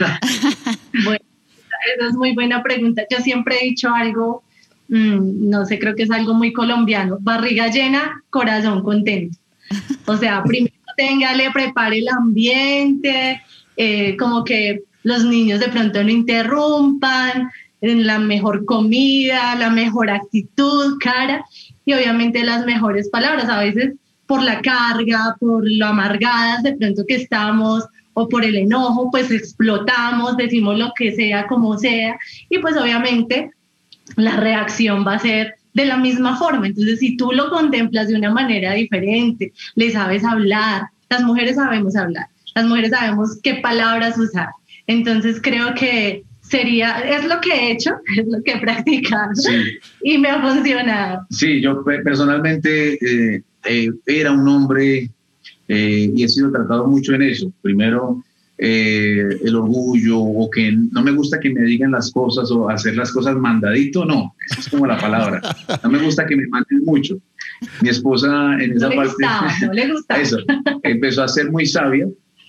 Bueno, esa es muy buena pregunta. Yo siempre he dicho algo, mmm, no sé, creo que es algo muy colombiano: barriga llena, corazón contento. O sea, primero téngale, prepare el ambiente, eh, como que los niños de pronto no interrumpan, en la mejor comida, la mejor actitud, cara, y obviamente las mejores palabras. A veces por la carga, por lo amargadas de pronto que estamos, o por el enojo, pues explotamos, decimos lo que sea, como sea, y pues obviamente la reacción va a ser de la misma forma. Entonces, si tú lo contemplas de una manera diferente, le sabes hablar, las mujeres sabemos hablar, las mujeres sabemos qué palabras usar. Entonces, creo que sería, es lo que he hecho, es lo que he practicado, sí. Y me ha funcionado. Sí, yo personalmente eh, eh, era un hombre eh, y he sido tratado mucho en eso. Primero, eh, el orgullo, o que no me gusta que me digan las cosas o hacer las cosas mandadito, no, eso es como la palabra. No me gusta que me manden mucho. Mi esposa en esa no parte, gustaba, no le gustaba. Eso, empezó a ser muy sabia.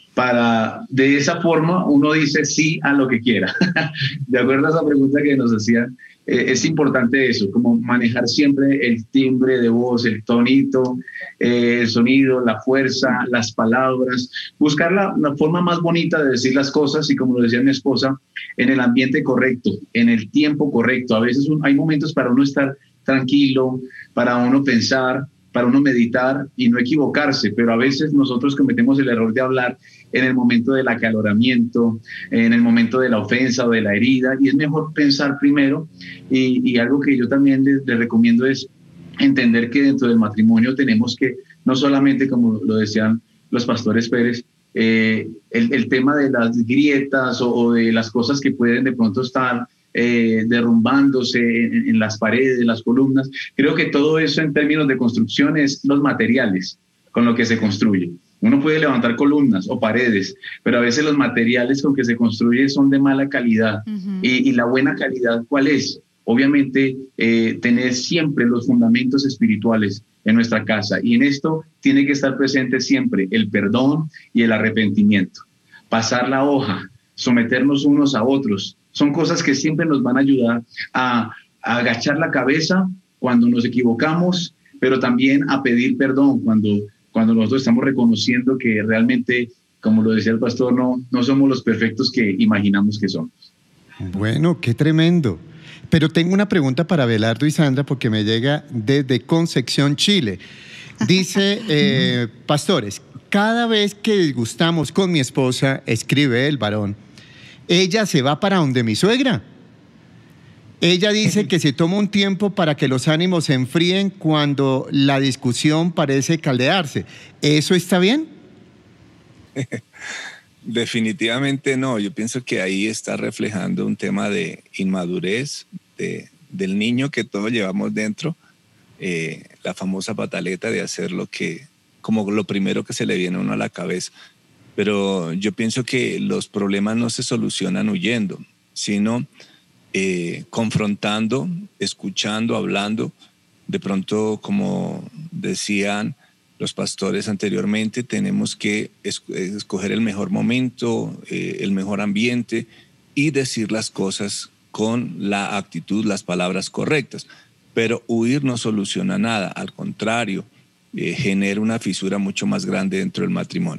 Para, de esa forma, uno dice sí a lo que quiera. De acuerdo a esa pregunta que nos hacían, eh, es importante eso, como manejar siempre el timbre de voz, el tonito, eh, el sonido, la fuerza, las palabras, buscar la, la forma más bonita de decir las cosas, y como lo decía mi esposa, en el ambiente correcto, en el tiempo correcto. A veces un, hay momentos para uno estar tranquilo, para uno pensar, para uno meditar y no equivocarse, pero a veces nosotros cometemos el error de hablar en el momento del acaloramiento, en el momento de la ofensa o de la herida, y es mejor pensar primero. Y, y algo que yo también les, les recomiendo es entender que dentro del matrimonio tenemos que, no solamente, como lo decían los pastores Pérez, eh, el, el tema de las grietas o, o de las cosas que pueden de pronto estar Eh, derrumbándose en, en las paredes, las columnas. Creo que todo eso en términos de construcción es los materiales con lo que se construye. Uno puede levantar columnas o paredes, pero a veces los materiales con que se construye son de mala calidad. Uh-huh. y, y la buena calidad, ¿cuál es? Obviamente, eh, tener siempre los fundamentos espirituales en nuestra casa, y en esto tiene que estar presente siempre el perdón y el arrepentimiento. Pasar la hoja, someternos unos a otros, son cosas que siempre nos van a ayudar a, a agachar la cabeza cuando nos equivocamos, pero también a pedir perdón cuando, cuando nosotros estamos reconociendo que realmente como lo decía el pastor, no, no somos los perfectos que imaginamos que somos. Bueno, qué tremendo. Pero tengo una pregunta para Abelardo y Sandra porque me llega desde Concepción, Chile. Dice, eh, pastores, cada vez que disgustamos con mi esposa, escribe el varón, ella se va para donde mi suegra. Ella dice que se toma un tiempo para que los ánimos se enfríen cuando la discusión parece caldearse. ¿Eso está bien? Definitivamente no. Yo pienso que ahí está reflejando un tema de inmadurez de, del niño que todos llevamos dentro, eh, la famosa pataleta de hacer lo que, como lo primero que se le viene a uno a la cabeza. Pero yo pienso que los problemas no se solucionan huyendo, sino eh, confrontando, escuchando, hablando. De pronto, como decían los pastores anteriormente, tenemos que escoger el mejor momento, eh, el mejor ambiente y decir las cosas con la actitud, las palabras correctas. Pero huir no soluciona nada, al contrario, eh, genera una fisura mucho más grande dentro del matrimonio.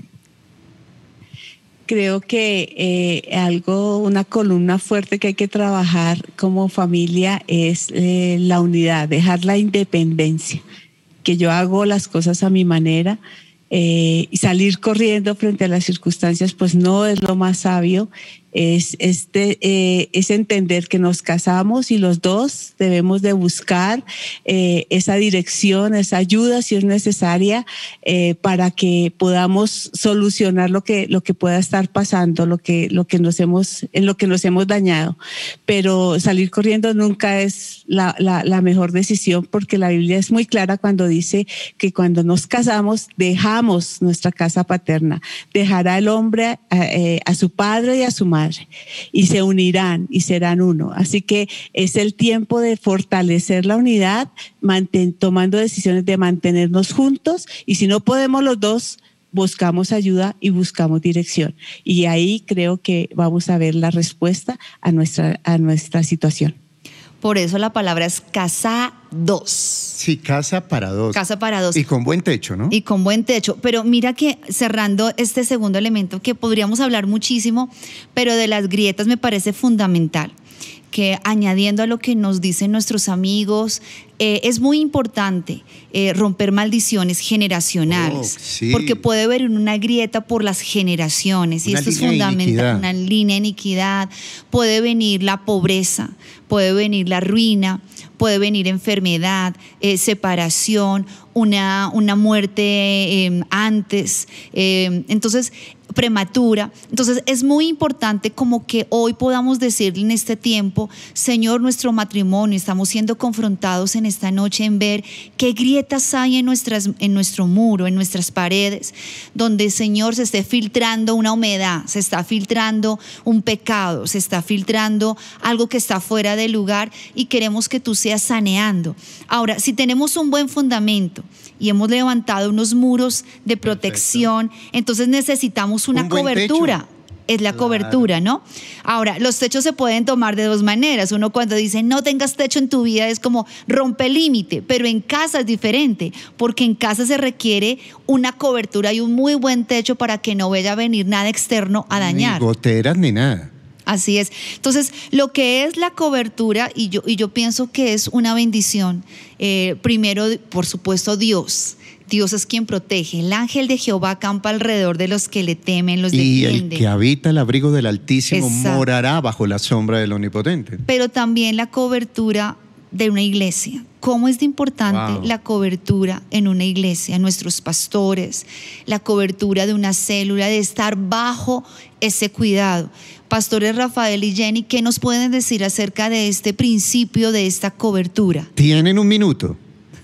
Creo que eh, algo, una columna fuerte que hay que trabajar como familia es eh, la unidad, dejar la independencia, que yo hago las cosas a mi manera eh, y salir corriendo frente a las circunstancias pues no es lo más sabio. Es, este, eh, es entender que nos casamos y los dos debemos de buscar eh, esa dirección, esa ayuda si es necesaria eh, para que podamos solucionar lo que, lo que pueda estar pasando, lo que, lo que nos hemos, en lo que nos hemos dañado. Pero salir corriendo nunca es la, la, la mejor decisión, porque la Biblia es muy clara cuando dice que cuando nos casamos dejamos nuestra casa paterna, dejará el hombre a, eh, a su padre y a su madre, y se unirán y serán uno. Así que es el tiempo de fortalecer la unidad, manten, tomando decisiones de mantenernos juntos, y si no podemos los dos, buscamos ayuda y buscamos dirección. Y ahí creo que vamos a ver la respuesta a nuestra, a nuestra situación. Por eso la palabra es casa dos. Sí, casa para dos. Casa para dos. Y con buen techo, ¿no? Y con buen techo. Pero mira que cerrando este segundo elemento, que podríamos hablar muchísimo, pero de las grietas me parece fundamental, que añadiendo a lo que nos dicen nuestros amigos, eh, es muy importante eh, romper maldiciones generacionales, oh, sí. porque puede haber una grieta por las generaciones, y una esto es fundamental, una línea de iniquidad. Puede venir la pobreza, puede venir la ruina, puede venir enfermedad, eh, separación, una, una muerte eh, antes, eh, entonces prematura. Entonces es muy importante como que hoy podamos decirle en este tiempo, Señor, nuestro matrimonio, estamos siendo confrontados en esta noche en ver qué grietas hay en, nuestras, en nuestro muro, en nuestras paredes, donde, Señor, se esté filtrando una humedad, se está filtrando un pecado, se está filtrando algo que está fuera de lugar, y queremos que tú seas saneando. Ahora, si tenemos un buen fundamento y hemos levantado unos muros de protección, perfecto, entonces necesitamos una un cobertura. Techo. Es la claro. cobertura, ¿no? Ahora, los techos se pueden tomar de dos maneras. Uno, cuando dice no tengas techo en tu vida, es como rompe el límite, pero en casa es diferente, porque en casa se requiere una cobertura y un muy buen techo para que no vaya a venir nada externo a dañar. Ni goteras ni nada. Así es. Entonces, lo que es la cobertura, y yo, y yo pienso que es una bendición, eh, primero, por supuesto, Dios. Dios es quien protege. El ángel de Jehová acampa alrededor de los que le temen, los y defiende. El que habita el abrigo del Altísimo Exacto. morará bajo la sombra del Omnipotente. Pero también la cobertura de una iglesia. ¿Cómo es de importante wow. la cobertura en una iglesia? Nuestros pastores, la cobertura de una célula, de estar bajo ese cuidado. Pastores Rafael y Jenny, ¿qué nos pueden decir acerca de este principio, de esta cobertura? Tienen un minuto.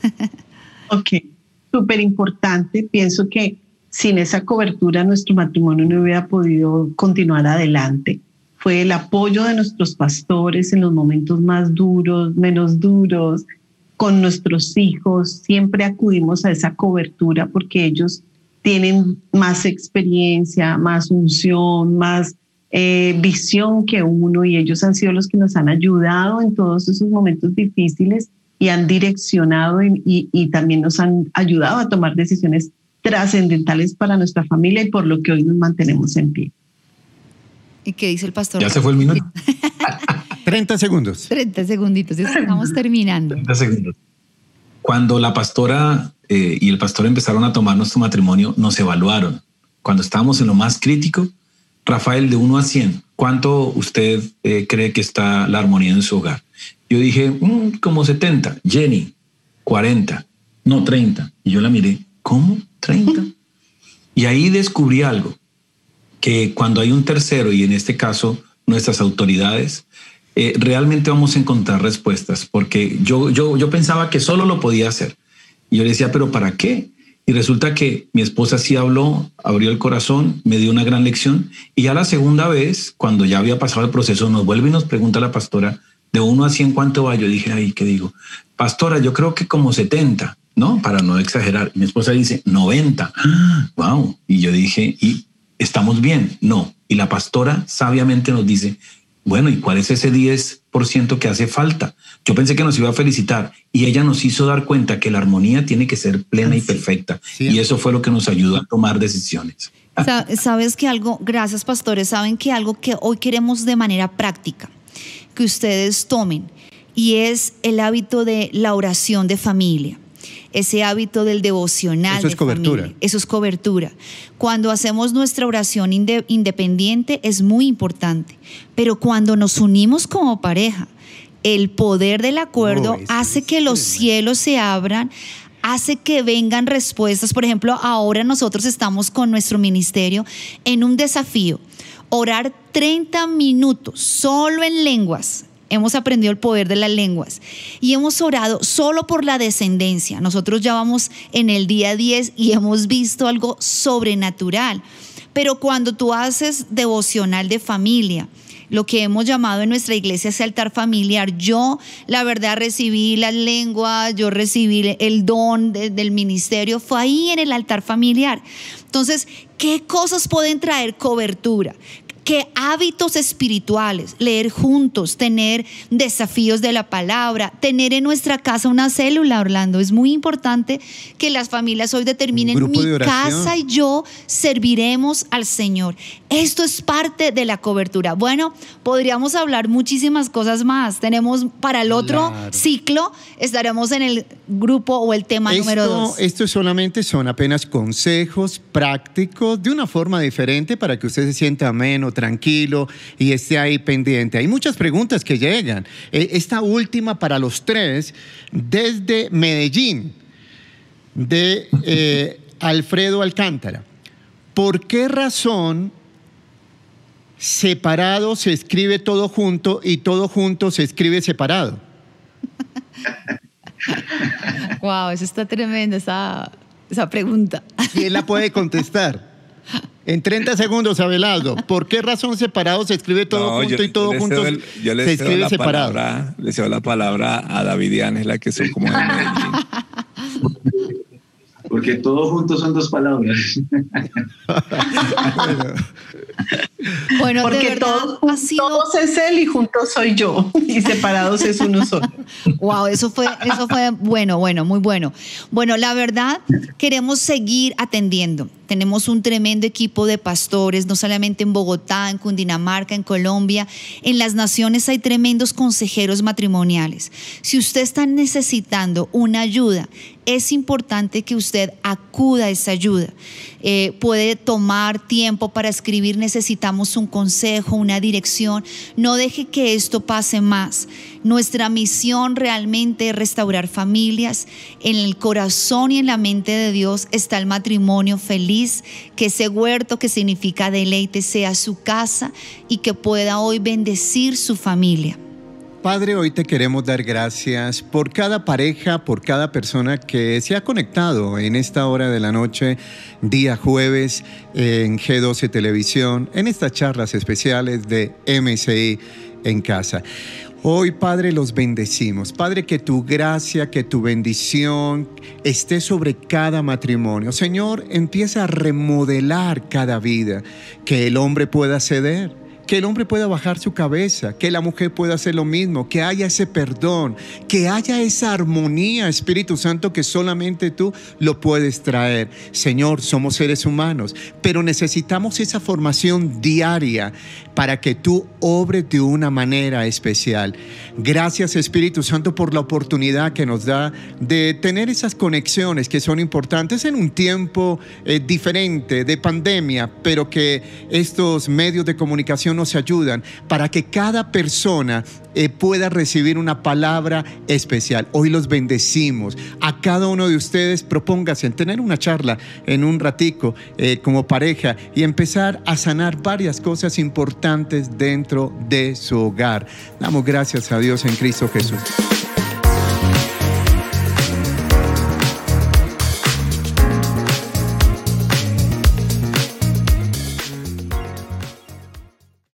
Ok, súper importante. Pienso que sin esa cobertura nuestro matrimonio no hubiera podido continuar adelante. Fue el apoyo de nuestros pastores en los momentos más duros, menos duros, con nuestros hijos. Siempre acudimos a esa cobertura porque ellos tienen más experiencia, más unción, más eh, visión que uno, y ellos han sido los que nos han ayudado en todos esos momentos difíciles y han direccionado y, y, y también nos han ayudado a tomar decisiones trascendentales para nuestra familia y por lo que hoy nos mantenemos en pie. ¿Y qué dice el pastor? Ya se fue el minuto. treinta segundos. treinta segunditos, estamos terminando. treinta segundos. Cuando la pastora eh, y el pastor empezaron a tomar nuestro matrimonio, nos evaluaron. Cuando estábamos en lo más crítico, Rafael, de uno a cien, ¿cuánto usted eh, cree que está la armonía en su hogar? Yo dije, mmm, como setenta. Jenny, cuarenta. No, treinta. Y yo la miré, ¿cómo? ¿treinta? Y ahí descubrí algo, que cuando hay un tercero, y en este caso nuestras autoridades, eh, realmente vamos a encontrar respuestas, porque yo, yo, yo pensaba que solo lo podía hacer. Y yo le decía, ¿pero para qué? Y resulta que mi esposa sí habló, abrió el corazón, me dio una gran lección. Y ya la segunda vez, cuando ya había pasado el proceso, nos vuelve y nos pregunta la pastora, de uno a cien, ¿cuánto va? Yo dije, ay, ¿qué digo? Pastora, yo creo que como setenta, ¿no? Para no exagerar. Y mi esposa dice, noventa. ¡Ah, wow! Y yo dije, ¿y estamos bien? No. Y la pastora sabiamente nos dice, bueno, ¿y cuál es ese diez por ciento que hace falta? Yo pensé que nos iba a felicitar y ella nos hizo dar cuenta que la armonía tiene que ser plena y perfecta. Sí. Y eso fue lo que nos ayudó a tomar decisiones. Sabes que algo, gracias pastores, saben que algo que hoy queremos de manera práctica, que ustedes tomen, y es el hábito de la oración de familia. Ese hábito del devocional. Eso es de cobertura. Familia. Eso es cobertura. Cuando hacemos nuestra oración inde- independiente es muy importante, pero cuando nos unimos como pareja, el poder del acuerdo oh, hace que los cielos se abran, hace que vengan respuestas. Por ejemplo, ahora nosotros estamos con nuestro ministerio en un desafío, orar treinta minutos solo en lenguas. Hemos aprendido el poder de las lenguas y hemos orado solo por la descendencia. Nosotros ya vamos en el día diez y hemos visto algo sobrenatural. Pero cuando tú haces devocional de familia, lo que hemos llamado en nuestra iglesia ese altar familiar, yo la verdad recibí las lenguas, yo recibí el don de, del ministerio, fue ahí en el altar familiar. Entonces, ¿qué cosas pueden traer cobertura? ¿Qué hábitos espirituales? Leer juntos, tener desafíos de la palabra, tener en nuestra casa una célula, Orlando. Es muy importante que las familias hoy determinen, mi casa y yo serviremos al Señor. Esto es parte de la cobertura. Bueno, podríamos hablar muchísimas cosas más. Tenemos para el otro claro. ciclo, estaremos en el grupo o el tema esto, número dos. Esto solamente son apenas consejos prácticos de una forma diferente para que usted se sienta ameno, tranquilo y esté ahí pendiente. Hay muchas preguntas que llegan. Esta última para los tres, desde Medellín, de eh, Alfredo Alcántara. ¿Por qué razón separado se escribe todo junto y todo junto se escribe separado? Wow, eso está tremendo, esa, esa pregunta. ¿Quién la puede contestar? En treinta segundos, Abelardo, ¿por qué razón separado se escribe todo no, junto yo, y todo junto el, se escribe separado? Palabra, le cedo la palabra a David y Ángela, que son como de Medellín. Porque todo junto son dos palabras. Bueno, porque de verdad, todos, sido... todos es él y juntos soy yo, y separados es uno solo. Wow, eso fue, eso fue bueno, bueno, muy bueno. Bueno, la verdad, queremos seguir atendiendo. Tenemos un tremendo equipo de pastores, no solamente en Bogotá, en Cundinamarca, en Colombia. En las naciones hay tremendos consejeros matrimoniales. Si usted está necesitando una ayuda, es importante que usted acuda a esa ayuda. Eh, puede tomar tiempo para escribir, necesitamos un consejo, una dirección. No deje que esto pase más. Nuestra misión realmente es restaurar familias. En el corazón y en la mente de Dios está el matrimonio feliz, que ese huerto que significa deleite sea su casa y que pueda hoy bendecir su familia. Padre, hoy te queremos dar gracias por cada pareja, por cada persona que se ha conectado en esta hora de la noche, día jueves, en G doce Televisión, en estas charlas especiales de M C I en casa. Hoy, Padre, los bendecimos. Padre, que tu gracia, que tu bendición esté sobre cada matrimonio. Señor, empieza a remodelar cada vida, que el hombre pueda ceder, que el hombre pueda bajar su cabeza, que la mujer pueda hacer lo mismo, que haya ese perdón, que haya esa armonía, Espíritu Santo, que solamente tú lo puedes traer. Señor, somos seres humanos, pero necesitamos esa formación diaria para que tú obres de una manera especial. Gracias, Espíritu Santo, por la oportunidad que nos da de tener esas conexiones que son importantes en un tiempo eh, diferente de pandemia, pero que estos medios de comunicación nos ayudan para que cada persona eh, pueda recibir una palabra especial. Hoy los bendecimos. A cada uno de ustedes, propóngase en tener una charla en un ratico eh, como pareja y empezar a sanar varias cosas importantes dentro de su hogar. Damos gracias a Dios en Cristo Jesús.